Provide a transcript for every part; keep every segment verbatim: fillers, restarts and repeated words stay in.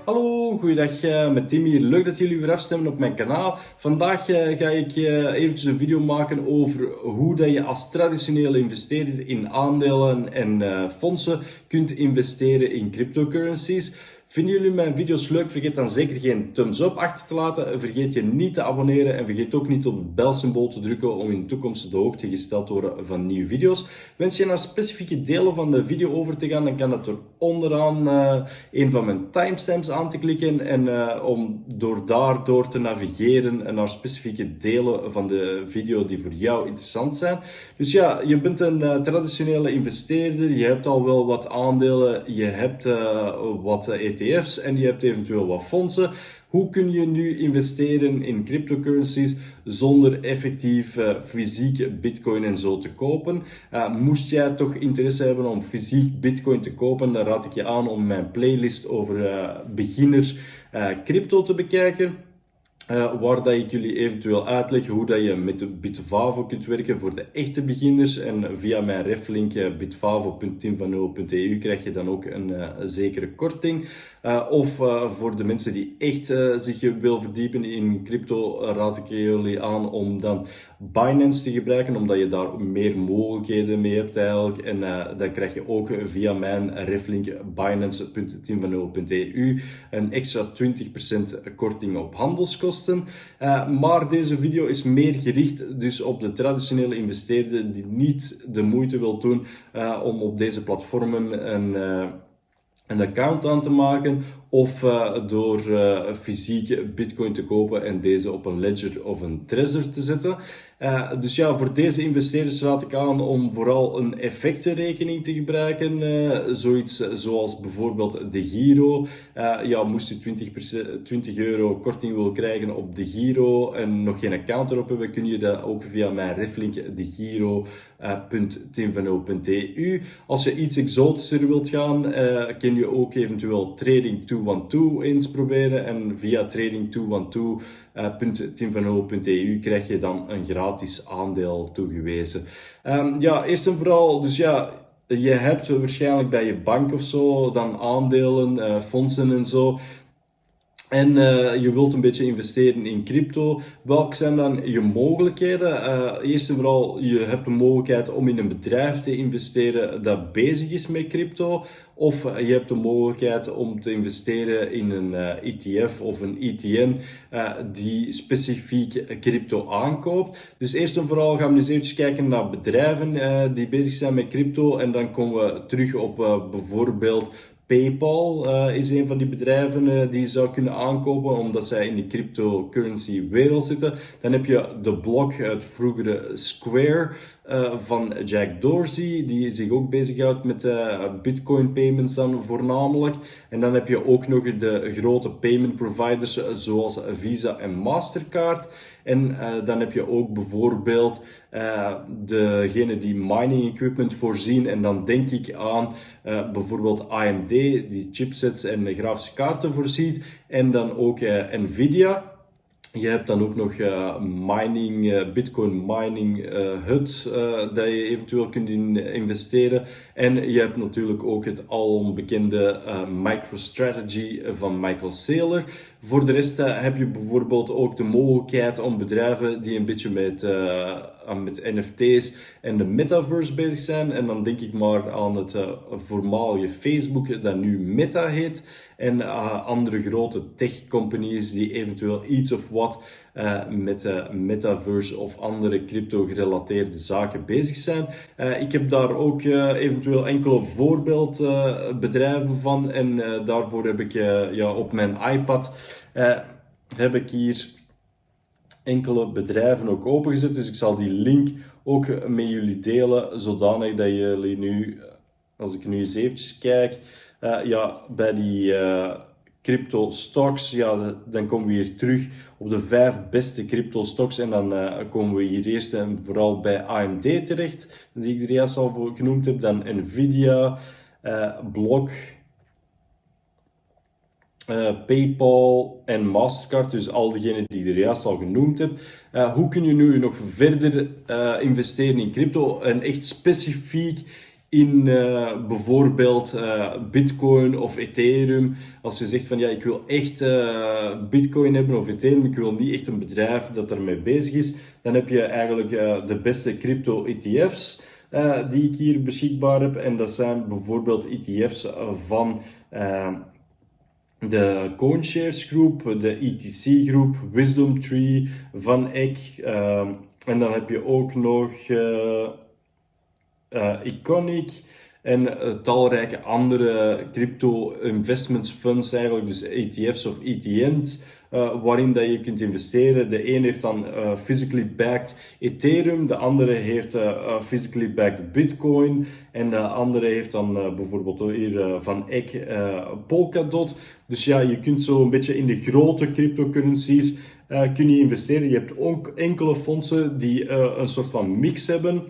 Hallo, goeiedag, uh, met Tim hier. Leuk dat jullie weer afstemmen op mijn kanaal. Vandaag uh, ga ik uh, eventjes een video maken over hoe dat je als traditionele investeerder in aandelen en uh, fondsen kunt investeren in cryptocurrencies. Vinden jullie mijn video's leuk? Vergeet dan zeker geen thumbs up achter te laten. Vergeet je niet te abonneren en vergeet ook niet op het belsymbool te drukken om in de toekomst op de hoogte gesteld te worden van nieuwe video's. Wens je naar specifieke delen van de video over te gaan, dan kan dat door onderaan uh, een van mijn timestamps aan te klikken en uh, om door daardoor te navigeren naar specifieke delen van de video die voor jou interessant zijn. Dus ja, je bent een uh, traditionele investeerder, je hebt al wel wat aandelen, je hebt uh, wat E T F's en je hebt eventueel wat fondsen. Hoe kun je nu investeren in cryptocurrencies zonder effectief uh, fysiek bitcoin en zo te kopen? Uh, moest jij toch interesse hebben om fysiek bitcoin te kopen, dan raad ik je aan om mijn playlist over uh, beginners uh, crypto te bekijken. Uh, waar dat ik jullie eventueel uitleg hoe dat je met de Bitvavo kunt werken voor de echte beginners. En via mijn reflink uh, bitvavo punt tim van nul punt e u krijg je dan ook een uh, zekere korting. Uh, of uh, voor de mensen die echt uh, zich willen verdiepen in crypto, uh, raad ik jullie aan om dan Binance te gebruiken, omdat je daar meer mogelijkheden mee hebt eigenlijk. En uh, dan krijg je ook via mijn reflink binance punt tim van nul punt e u een extra twintig procent korting op handelskosten. Uh, maar deze video is meer gericht dus op de traditionele investeerder die niet de moeite wil doen uh, om op deze platformen een, uh, een account aan te maken of uh, door uh, fysieke bitcoin te kopen en deze op een ledger of een trezor te zetten. Uh, dus ja, voor deze investeerders raad ik aan om vooral een effectenrekening te gebruiken. Uh, zoiets zoals bijvoorbeeld de Giro. Uh, ja, moest u twintig euro korting willen krijgen op de Giro en nog geen account erop hebben, kun je dat ook via mijn reflink de Giro punt tim van nul punt e u. Als je iets exotischer wilt gaan, uh, kun je ook eventueel trading two one two eens proberen en via trading two one two punt tim van nul punt e u krijg je dan een gratis aandeel toegewezen. Um, ja, eerst en vooral, dus ja, je hebt waarschijnlijk bij je bank of zo dan aandelen, uh, fondsen en zo. En uh, je wilt een beetje investeren in crypto. Welke zijn dan je mogelijkheden? Uh, eerst en vooral, je hebt de mogelijkheid om in een bedrijf te investeren dat bezig is met crypto. Of uh, je hebt de mogelijkheid om te investeren in een uh, E T F of een E T N uh, die specifiek crypto aankoopt. Dus eerst en vooral gaan we eens even kijken naar bedrijven uh, die bezig zijn met crypto. En dan komen we terug op uh, bijvoorbeeld PayPal uh, is een van die bedrijven uh, die je zou kunnen aankopen omdat zij in de cryptocurrency wereld zitten. Dan heb je de Block, het vroegere Square uh, van Jack Dorsey, die zich ook bezighoudt met uh, bitcoin payments dan voornamelijk. En dan heb je ook nog de grote payment providers uh, zoals Visa en Mastercard. En uh, dan heb je ook bijvoorbeeld uh, degene die mining equipment voorzien. En dan denk ik aan uh, bijvoorbeeld A M D, die chipsets en grafische kaarten voorziet. En dan ook uh, Nvidia. Je hebt dan ook nog uh, mining, uh, Bitcoin mining uh, hut uh, dat je eventueel kunt in investeren. En je hebt natuurlijk ook het alonbekende uh, MicroStrategy van Michael Saylor. Voor de rest uh, heb je bijvoorbeeld ook de mogelijkheid om bedrijven die een beetje met, uh, met N F T's en de metaverse bezig zijn. En dan denk ik maar aan het uh, voormalige Facebook dat nu Meta heet. En uh, andere grote tech companies die eventueel iets of wat uh, met uh, metaverse of andere crypto gerelateerde zaken bezig zijn. Uh, ik heb daar ook uh, eventueel enkele voorbeeldbedrijven uh, van en uh, daarvoor heb ik uh, ja, op mijn iPad uh, heb ik hier enkele bedrijven ook opengezet. Dus ik zal die link ook met jullie delen, zodanig dat jullie nu, als ik nu eens eventjes kijk, uh, ja, bij die uh, crypto stocks, ja, dan komen we hier terug op de vijf beste crypto stocks en dan uh, komen we hier eerst en vooral bij A M D terecht, die ik er juist al genoemd heb, dan Nvidia, uh, Block, Uh, PayPal en Mastercard, dus al diegenen die ik er juist al genoemd heb. Uh, hoe kun je nu nog verder uh, investeren in crypto en echt specifiek in uh, bijvoorbeeld uh, Bitcoin of Ethereum. Als je zegt van ja, ik wil echt uh, Bitcoin hebben of Ethereum, ik wil niet echt een bedrijf dat ermee bezig is, dan heb je eigenlijk uh, de beste crypto-E T F's uh, die ik hier beschikbaar heb. En dat zijn bijvoorbeeld E T F's van uh, de CoinShares groep, de E T C groep, Wisdom Tree, Van Eck. Uh, en dan heb je ook nog uh, uh, Iconic en uh, talrijke andere crypto investments funds eigenlijk, dus E T F's of E T N's, uh, waarin dat je kunt investeren. De een heeft dan uh, physically backed Ethereum, de andere heeft uh, uh, physically backed Bitcoin en de andere heeft dan uh, bijvoorbeeld hier uh, Van Eck uh, Polkadot. Dus ja, je kunt zo een beetje in de grote cryptocurrencies uh, kun je investeren. Je hebt ook enkele fondsen die uh, een soort van mix hebben.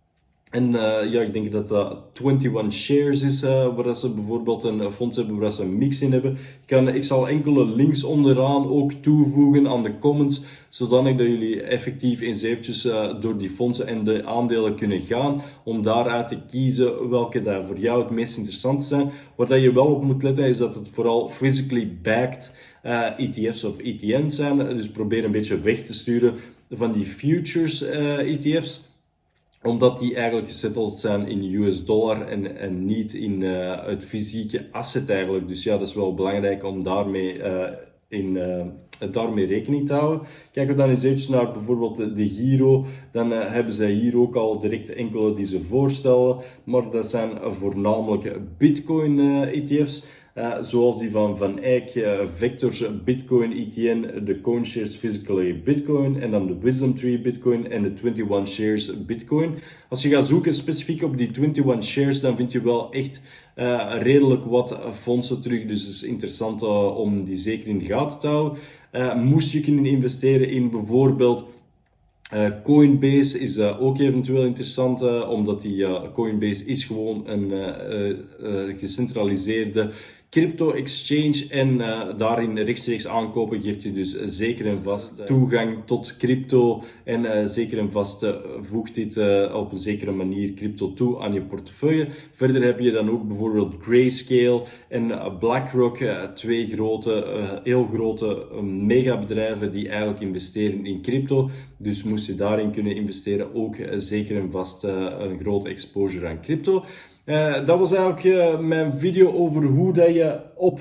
En uh, ja, ik denk dat dat eenentwintig Shares is, uh, waar ze bijvoorbeeld een fonds hebben waar ze een mix in hebben. Ik, kan, ik zal enkele links onderaan ook toevoegen aan de comments, zodanig dat jullie effectief eens eventjes uh, door die fondsen en de aandelen kunnen gaan, om daaruit te kiezen welke dat voor jou het meest interessant zijn. Wat dat je wel op moet letten is dat het vooral physically backed uh, E T F's of E T N's zijn. Dus probeer een beetje weg te sturen van die futures uh, E T F's. Omdat die eigenlijk gesetteld zijn in U S dollar en, en niet in uh, het fysieke asset eigenlijk. Dus ja, dat is wel belangrijk om daarmee, uh, in, uh, daarmee rekening te houden. Kijken we dan eens eventjes naar bijvoorbeeld de, de Giro. Dan uh, hebben zij hier ook al direct enkele die ze voorstellen. Maar dat zijn voornamelijk Bitcoin uh, E T F's. Uh, zoals die van Van Eck, uh, Vectors Bitcoin E T N, de CoinShares Physically Bitcoin en dan de Wisdom Tree Bitcoin en de eenentwintig Shares Bitcoin. Als je gaat zoeken specifiek op die eenentwintig Shares, dan vind je wel echt uh, redelijk wat fondsen terug. Dus het is interessant uh, om die zeker in de gaten te houden. Uh, moest je kunnen investeren in bijvoorbeeld Uh, Coinbase is uh, ook eventueel interessant, uh, omdat die uh, Coinbase is gewoon een uh, uh, uh, gecentraliseerde crypto-exchange en uh, daarin rechtstreeks aankopen geeft je dus zeker en vast toegang tot crypto en uh, zeker en vast uh, voegt dit uh, op een zekere manier crypto toe aan je portefeuille. Verder heb je dan ook bijvoorbeeld Grayscale en uh, BlackRock, uh, twee grote, uh, heel grote uh, megabedrijven die eigenlijk investeren in crypto. Dus moest je daarin kunnen investeren, ook uh, zeker en vast uh, een grote exposure aan crypto. Uh, dat was eigenlijk uh, mijn video over hoe dat je op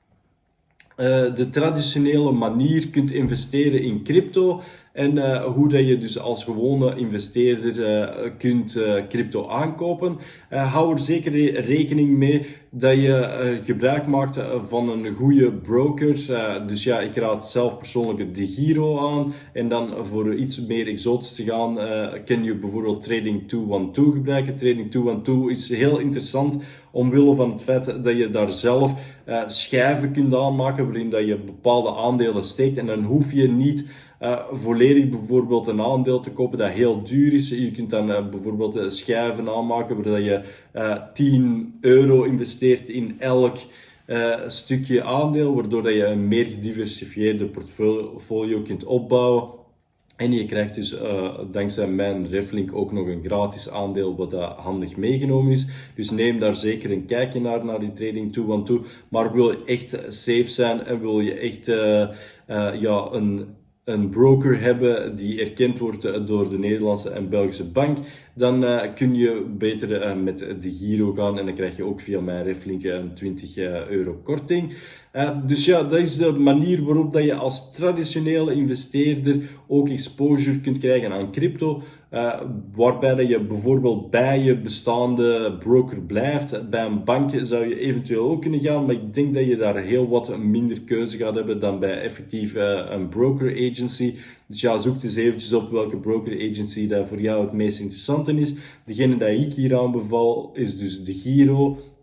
uh, de traditionele manier kunt investeren in crypto. En uh, hoe dat je dus als gewone investeerder uh, kunt uh, crypto aankopen. Uh, hou er zeker re rekening mee dat je uh, gebruik maakt van een goede broker. Uh, dus ja, ik raad zelf persoonlijk de Giro aan. En dan voor iets meer exotisch te gaan, uh, kan je bijvoorbeeld Trading tweehonderdtwaalf gebruiken. Trading tweehonderdtwaalf is heel interessant omwille van het feit dat je daar zelf uh, schijven kunt aanmaken waarin dat je bepaalde aandelen steekt. En dan hoef je niet Uh, volledig bijvoorbeeld een aandeel te kopen dat heel duur is. Je kunt dan uh, bijvoorbeeld uh, schijven aanmaken waar je uh, tien euro investeert in elk uh, stukje aandeel, waardoor dat je een meer gediversifieerde portfolio kunt opbouwen. En je krijgt dus uh, dankzij mijn Reflink ook nog een gratis aandeel, wat uh, handig meegenomen is. Dus neem daar zeker een kijkje naar, naar die Trading tweehonderdtwaalf. Maar wil je echt safe zijn en wil je echt uh, uh, ja, een... een broker hebben die erkend wordt door de Nederlandse en Belgische bank, dan uh, kun je beter uh, met de Giro gaan en dan krijg je ook via mijn Reflink een twintig euro korting. Uh, dus ja, dat is de manier waarop dat je als traditionele investeerder ook exposure kunt krijgen aan crypto, uh, waarbij dat je bijvoorbeeld bij je bestaande broker blijft. Bij een bank zou je eventueel ook kunnen gaan, maar ik denk dat je daar heel wat minder keuze gaat hebben dan bij effectief uh, een broker agency. Dus ja, zoek eens eventjes op welke broker agency dat voor jou het meest interessante is. Degene die ik hier aanbeval is dus de Giro.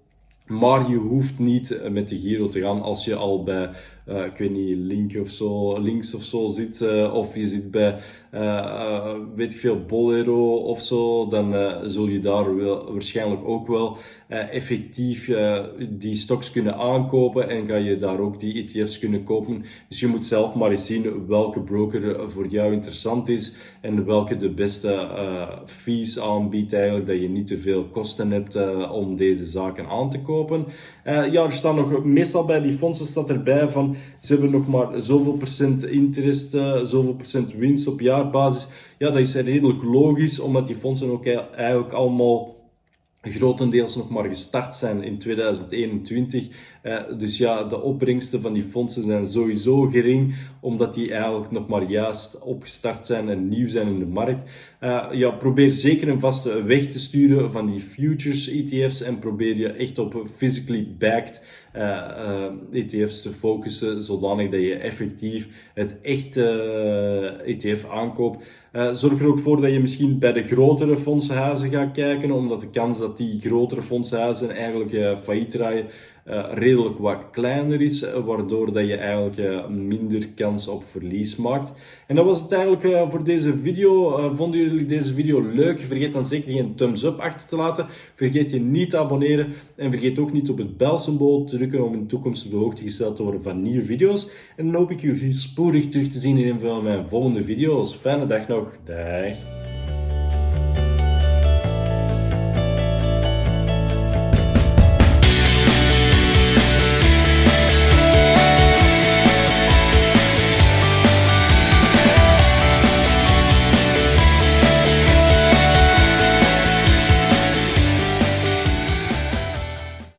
Maar je hoeft niet met de Giro te gaan als je al bij, uh, ik weet niet, Link of zo, links of zo zit. Uh, of je zit bij, uh, uh, weet ik veel, Bolero of zo. Dan uh, zul je daar wel, waarschijnlijk ook wel uh, effectief uh, die stocks kunnen aankopen. En ga je daar ook die E T F's kunnen kopen. Dus je moet zelf maar eens zien welke broker voor jou interessant is. En welke de beste uh, fees aanbiedt eigenlijk. Dat je niet te veel kosten hebt uh, om deze zaken aan te kopen. Uh, ja, er staan nog, meestal bij die fondsen staat erbij van, ze hebben nog maar zoveel procent interest, uh, zoveel procent winst op jaarbasis. Ja, dat is redelijk logisch, omdat die fondsen ook eigenlijk allemaal grotendeels nog maar gestart zijn in tweeduizend eenentwintig. Uh, dus ja, de opbrengsten van die fondsen zijn sowieso gering, omdat die eigenlijk nog maar juist opgestart zijn en nieuw zijn in de markt. Uh, ja, probeer zeker en vast weg te sturen van die futures E T F's en probeer je echt op physically backed uh, uh, E T F's te focussen, zodanig dat je effectief het echte uh, E T F aankoopt. Uh, zorg er ook voor dat je misschien bij de grotere fondshuizen gaat kijken, omdat de kans dat die grotere fondshuizen eigenlijk uh, failliet draaien uh, redelijk wat kleiner is, uh, waardoor dat je eigenlijk uh, minder kans op verlies maakt. En dat was het eigenlijk uh, voor deze video. Uh, vonden jullie deze video leuk? Vergeet dan zeker geen thumbs up achter te laten. Vergeet je niet te abonneren en vergeet ook niet op het belsymbool te drukken om in de toekomst op de hoogte gesteld te worden van nieuwe video's. En dan hoop ik jullie spoedig terug te zien in een van mijn volgende video's. Fijne dag nog. Dag.